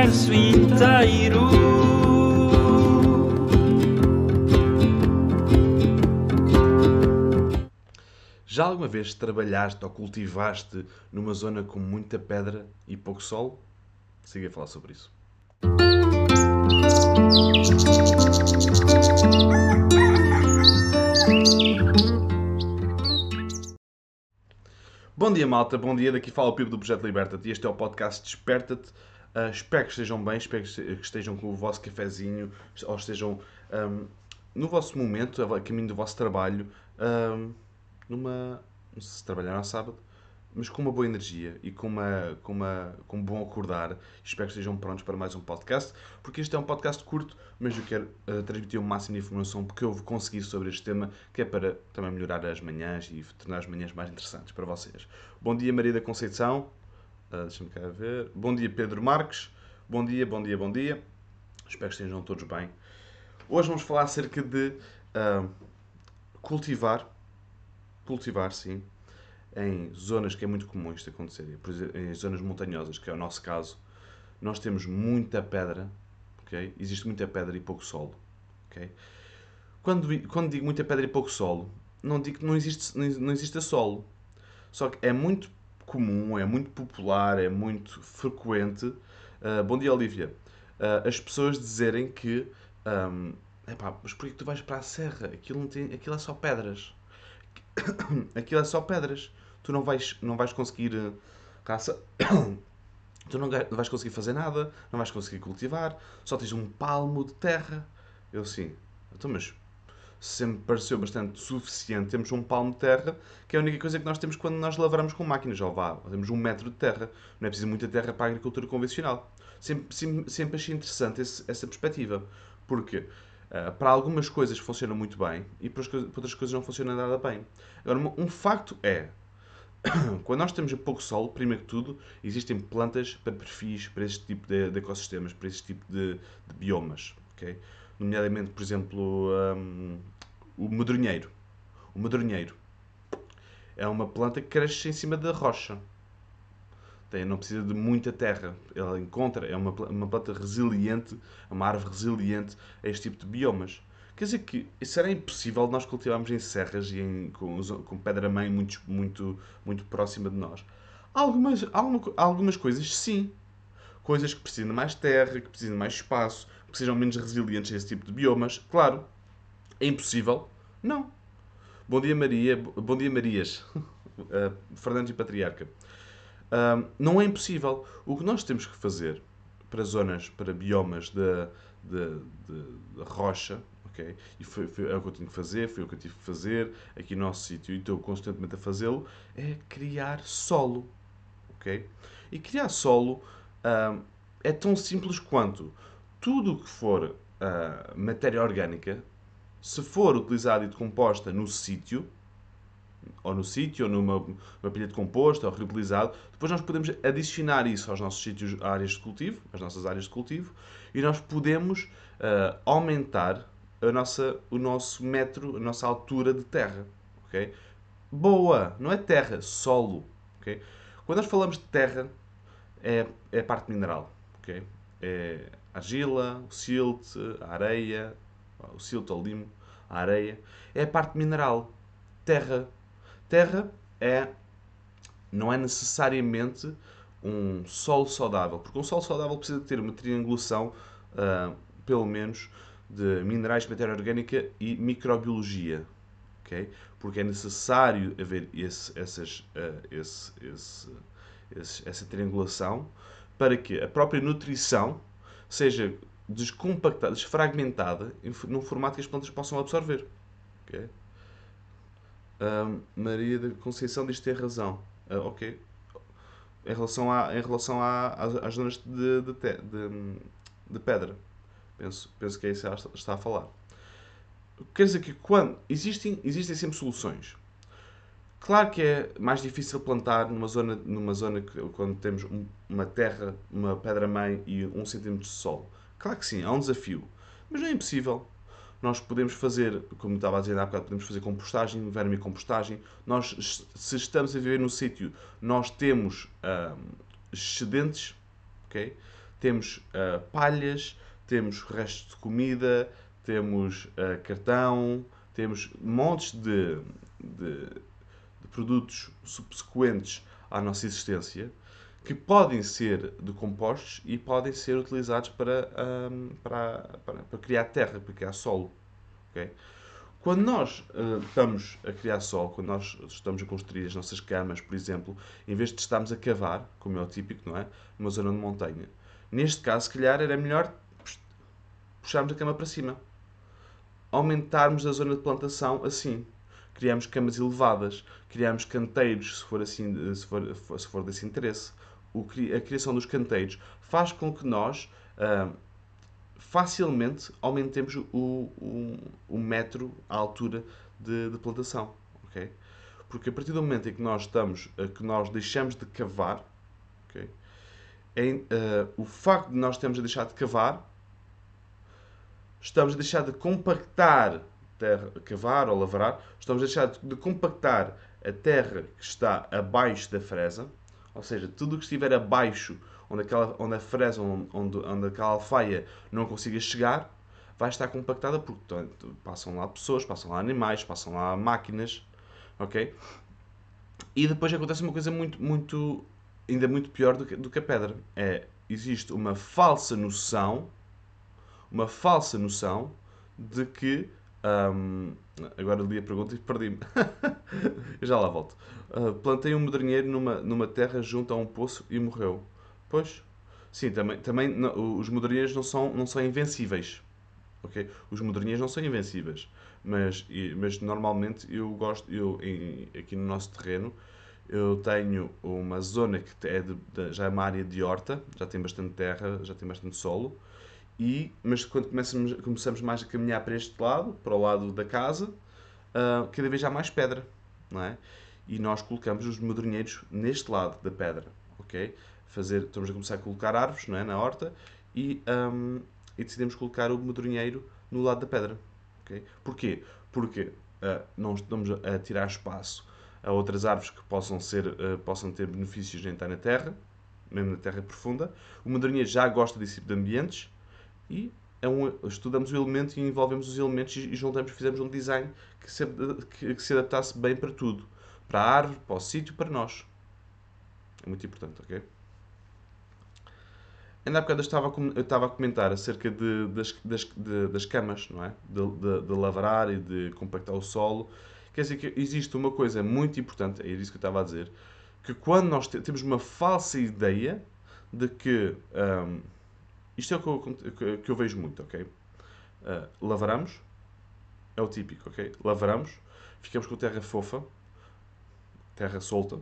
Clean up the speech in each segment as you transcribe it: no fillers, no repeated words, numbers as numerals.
universo inteiro. Já alguma vez trabalhaste ou cultivaste numa zona com muita pedra e pouco sol? Siga a falar sobre isso. Bom dia, malta. Bom dia. Daqui fala o Pipo do Projeto Liberta-te e este é o podcast Desperta-te. Espero que estejam bem, espero que estejam com o vosso cafezinho ou estejam no vosso momento, a caminho do vosso trabalho, não sei se trabalhar ao sábado, mas com uma boa energia e com um bom acordar. Espero que estejam prontos para mais um podcast, porque este é um podcast curto, mas eu quero transmitir o máximo de informação que eu consegui sobre este tema, que é para também melhorar as manhãs e tornar as manhãs mais interessantes para vocês. Bom dia, Maria da Conceição. Deixa-me cá ver. Bom dia, Pedro Marques. Bom dia, bom dia, bom dia. Espero que estejam todos bem. Hoje vamos falar acerca de cultivar, sim, em zonas que é muito comum isto acontecer, por exemplo, em zonas montanhosas, que é o nosso caso. Nós temos muita pedra, ok? Existe muita pedra e pouco solo, ok? Quando digo muita pedra e pouco solo, não digo que não exista solo. Só que é muito comum, é muito popular, é muito frequente. Bom dia, Olívia. As pessoas dizerem que epá, mas porquê que tu vais para a serra? Aquilo é só pedras. Aquilo é só pedras. Tu não vais conseguir caça. Tu não vais conseguir fazer nada, não vais conseguir cultivar, só tens um palmo de terra. Eu sim. Então, mas sempre pareceu bastante suficiente. Temos um palmo de terra, que é a única coisa que nós temos quando nós lavramos com máquinas. Ou vá, temos 1 metro de terra. Não é preciso muita terra para a agricultura convencional. Sempre achei interessante essa perspectiva. Porque para algumas coisas funciona muito bem e para outras coisas não funciona nada bem. Agora, um facto é, quando nós temos pouco solo, primeiro que tudo, existem plantas para perfis, para este tipo de ecossistemas, para este tipo de biomas. Okay? Nomeadamente, por exemplo, o medronheiro. O medronheiro é uma planta que cresce em cima da rocha. Não precisa de muita terra. Ela é uma planta resiliente, uma árvore resiliente a este tipo de biomas. Quer dizer que isso era impossível nós cultivarmos em serras e com pedra-mãe muito próxima de nós. Algumas coisas, sim. Coisas que precisam de mais terra, que precisam de mais espaço, que sejam menos resilientes a esse tipo de biomas. Claro, é impossível? Não. Bom dia, Maria. Bom dia, Marias. Fernandes e Patriarca. Não é impossível. O que nós temos que fazer para zonas, para biomas de rocha, ok? E é o que eu tenho que fazer, foi o que eu tive que fazer aqui no nosso sítio e estou constantemente a fazê-lo, é criar solo, ok? E criar solo é tão simples quanto tudo o que for matéria orgânica, se for utilizada e decomposta no sítio, ou numa pilha de composto, ou reutilizado, depois nós podemos adicionar isso aos nossos sítios, áreas de cultivo, às nossas áreas de cultivo, e nós podemos aumentar o nosso metro, a nossa altura de terra. Okay? Boa! Não é terra, solo. Okay? Quando nós falamos de terra, é a parte mineral. Okay? É a argila, o silt, a areia, o silt ou o limo, a areia. É a parte mineral. Terra. Terra não é necessariamente um solo saudável, porque um solo saudável precisa de ter uma triangulação, pelo menos, de minerais, matéria orgânica e microbiologia. Okay? Porque é necessário haver essa triangulação para que a própria nutrição seja descompactada, desfragmentada, num formato que as plantas possam absorver. Okay? Maria da Conceição diz ter razão. Ok. Às zonas de pedra. Penso que é isso que ela está a falar. Quer dizer que existem sempre soluções. Claro que é mais difícil plantar numa zona quando temos uma terra, uma pedra-mãe e 1 cm de solo. Claro que sim, é um desafio. Mas não é impossível. Nós podemos fazer, como estava a dizer há bocado, podemos fazer compostagem, vermicompostagem. Nós, se estamos a viver no sítio, nós temos excedentes, ok? temos palhas, temos restos de comida, temos cartão, temos montes de produtos subsequentes à nossa existência que podem ser decompostos e podem ser utilizados para criar terra, para criar solo. Ok? Quando nós estamos a criar solo, quando nós estamos a construir as nossas camas, por exemplo, em vez de estarmos a cavar, como é o típico, não é? Numa zona de montanha. Neste caso, se calhar, era melhor puxarmos a cama para cima. Aumentarmos a zona de plantação assim. Criamos camas elevadas, criamos canteiros, se for, assim, se for desse interesse. A criação dos canteiros faz com que nós facilmente aumentemos o metro, a altura de plantação. Okay? Porque a partir do momento em que nós deixamos de cavar, okay, o facto de nós termos a deixar de cavar, estamos a deixar de compactar terra, cavar ou lavrar, estamos a deixar de compactar a terra que está abaixo da fresa, ou seja, tudo o que estiver abaixo, onde a fresa, onde aquela alfaia não consiga chegar, vai estar compactada porque passam lá pessoas, passam lá animais, passam lá máquinas, ok? E depois acontece uma coisa ainda muito pior do que a pedra. Existe uma falsa noção de que. Agora li a pergunta e perdi-me. Eu já lá volto. Plantei um medronheiro numa terra junto a um poço e morreu. Pois, sim, também os medronheiros não são invencíveis. Ok? Os medronheiros não são invencíveis. Mas normalmente eu gosto, aqui no nosso terreno, eu tenho uma zona que já é uma área de horta, já tem bastante terra, já tem bastante solo. Mas quando começamos mais a caminhar para este lado, para o lado da casa, cada vez há mais pedra, não é? E nós colocamos os medronheiros neste lado da pedra, ok? Estamos a começar a colocar árvores, não é? Na horta e decidimos colocar o medronheiro no lado da pedra, ok? Porquê? Porque não estamos a tirar espaço a outras árvores que possam ter benefícios em estar na terra, mesmo na terra profunda. O medronheiro já gosta desse tipo de ambientes e estudamos o elemento e envolvemos os elementos e juntamos, fizemos um design que se adaptasse bem para tudo. Para a árvore, para o sítio, para nós. É muito importante, ok? Ainda há bocado eu estava a comentar acerca das camas, não é? De lavrar e de compactar o solo. Quer dizer que existe uma coisa muito importante, é isso que eu estava a dizer, que quando nós temos uma falsa ideia de que isto é o que eu vejo muito, ok? Lavramos, é o típico, ok? Lavramos, ficamos com terra fofa, terra solta,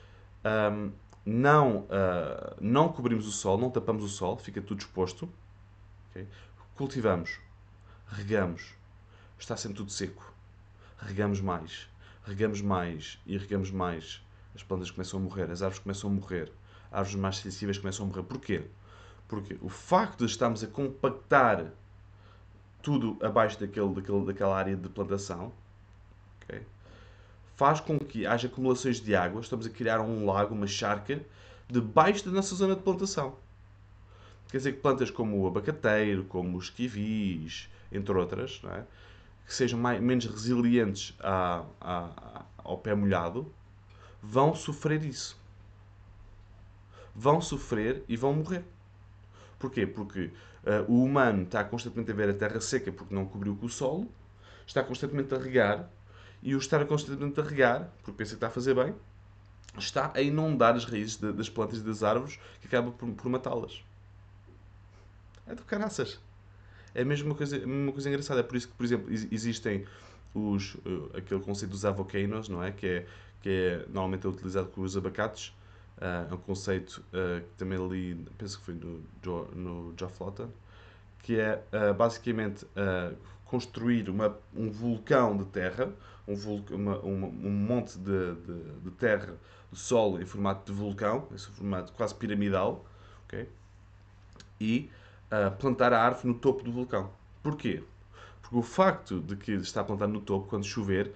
não cobrimos o sol, não tapamos o sol, fica tudo exposto, ok? Cultivamos, regamos, está sempre tudo seco, regamos mais e regamos mais, as plantas começam a morrer, as árvores começam a morrer, árvores mais sensíveis começam a morrer. Porquê? Porque o facto de estarmos a compactar tudo abaixo daquela área de plantação, okay, faz com que haja acumulações de água. Estamos a criar um lago, uma charca, debaixo da nossa zona de plantação. Quer dizer que plantas como o abacateiro, como os kiwis, entre outras, não é? Que sejam menos resilientes ao pé molhado, vão sofrer isso. Vão sofrer e vão morrer. Porquê? Porque o humano está constantemente a ver a terra seca porque não cobriu com o solo, está constantemente a regar, e o estar constantemente a regar, porque pensa que está a fazer bem, está a inundar as raízes das plantas e das árvores, que acaba por matá-las. É do caraças. É mesmo uma coisa engraçada. É por isso que, por exemplo, existem aquele conceito dos avocanos, não é? Que normalmente é utilizado com os abacates. É um conceito que também li, penso que foi no Joe Flota, que é basicamente construir um vulcão de terra, um monte de terra, de solo em formato de vulcão, em formato quase piramidal, ok? E plantar a árvore no topo do vulcão. Porquê? Porque o facto de que está plantado no topo, quando chover,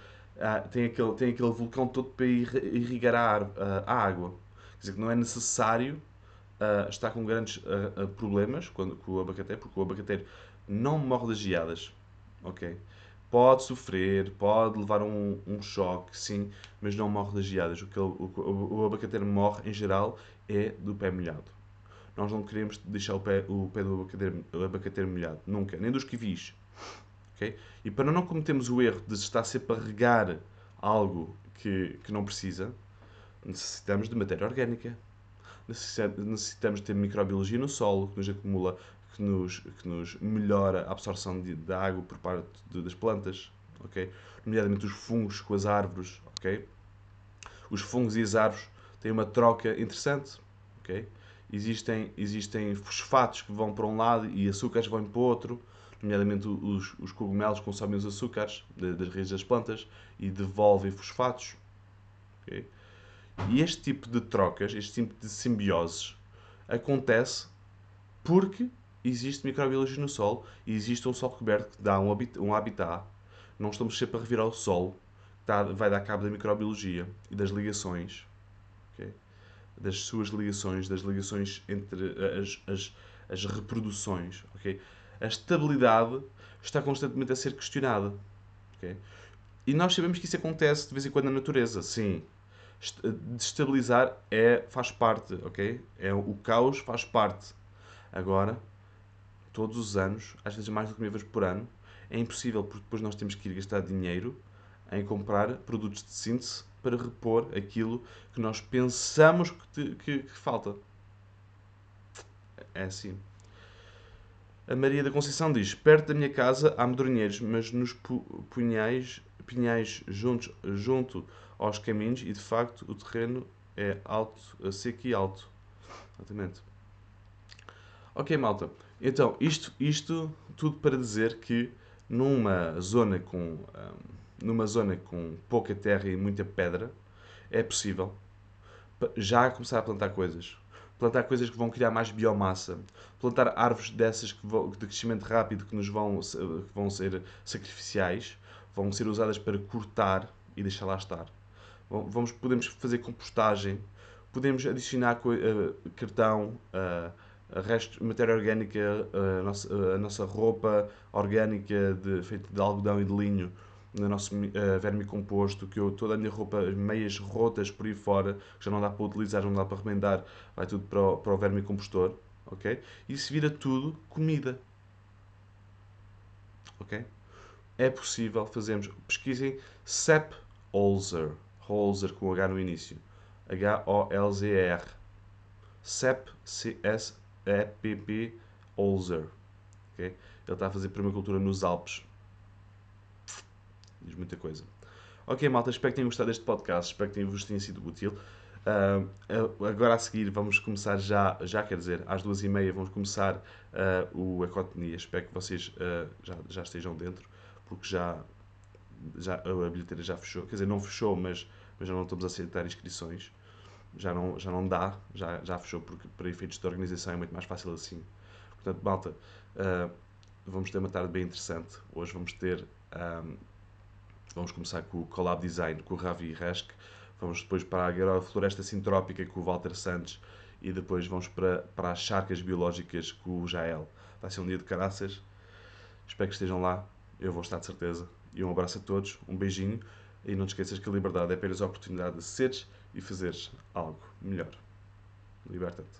tem aquele vulcão todo para irrigar a água. Quer dizer que não é necessário está com grandes problemas com o abacateiro, porque o abacateiro não morre das geadas, ok? Pode sofrer, pode levar um choque, sim, mas não morre das geadas. O abacateiro morre, em geral, é do pé molhado. Nós não queremos deixar o pé do abacateiro molhado, nunca, nem dos kiwis. Okay? E para não cometermos o erro de estar sempre a regar algo que não precisa, necessitamos de matéria orgânica. Necessitamos ter microbiologia no solo, que nos acumula, que nos melhora a absorção da água por parte das plantas, ok? Nomeadamente os fungos com as árvores, ok? Os fungos e as árvores têm uma troca interessante, ok? Existem fosfatos que vão para um lado e açúcares vão para o outro, nomeadamente os cogumelos consomem os açúcares das raízes das plantas e devolvem fosfatos, ok? E este tipo de trocas, este tipo de simbioses, acontece porque existe microbiologia no solo e existe um solo coberto que dá um habitat. Não estamos sempre a revirar o solo, vai dar cabo da microbiologia e das ligações, okay? Das suas ligações, das ligações entre as reproduções. Okay? A estabilidade está constantemente a ser questionada. Okay? E nós sabemos que isso acontece de vez em quando na natureza, sim. Destabilizar faz parte, ok? O caos faz parte. Agora, todos os anos, às vezes mais do que uma vez por ano, é impossível porque depois nós temos que ir gastar dinheiro em comprar produtos de síntese para repor aquilo que nós pensamos que falta. É assim. A Maria da Conceição diz: perto da minha casa há medronheiros, mas nos pinhais junto aos caminhos e de facto o terreno é alto, seco e alto. Exatamente. Ok, malta. Então, isto tudo para dizer que numa zona com, numa zona com pouca terra e muita pedra, é possível já começar a plantar coisas. Plantar coisas que vão criar mais biomassa. Plantar árvores dessas de crescimento rápido que que vão ser sacrificiais, vão ser usadas para cortar e deixar lá estar. Podemos fazer compostagem, podemos adicionar cartão, matéria orgânica, a nossa roupa orgânica feita de algodão e de linho, no nosso vermicomposto, toda a minha roupa, meias rotas por aí fora, que já não dá para utilizar, não dá para remendar, vai tudo para o vermicompostor, ok? E isso vira tudo comida, ok? É possível fazermos, pesquisem Sepp Holzer, Holzer com H no início, Holzer, Sepp, C-S-E-P-P, Holzer, ok? Ele está a fazer permacultura nos Alpes, diz muita coisa. Ok, malta, espero que tenham gostado deste podcast, espero que vos tenha sido útil. Agora a seguir vamos começar já quer dizer, às 2h30 vamos começar o Ecotonia. Espero que vocês já estejam dentro, porque já a bilheteira já fechou. Quer dizer, não fechou, mas já não estamos a aceitar inscrições. Já não dá, já fechou, porque para efeitos de organização é muito mais fácil assim. Portanto, malta, vamos ter uma tarde bem interessante. Hoje vamos começar com o Collab Design, com o Ravi Resk. Vamos depois para a Floresta Sintrópica com o Walter Santos. E depois vamos para as charcas biológicas com o Jael. Vai ser um dia de caraças. Espero que estejam lá. Eu vou estar de certeza. E um abraço a todos. Um beijinho. E não te esqueças que a liberdade é apenas a oportunidade de seres e fazeres algo melhor. Liberta-te.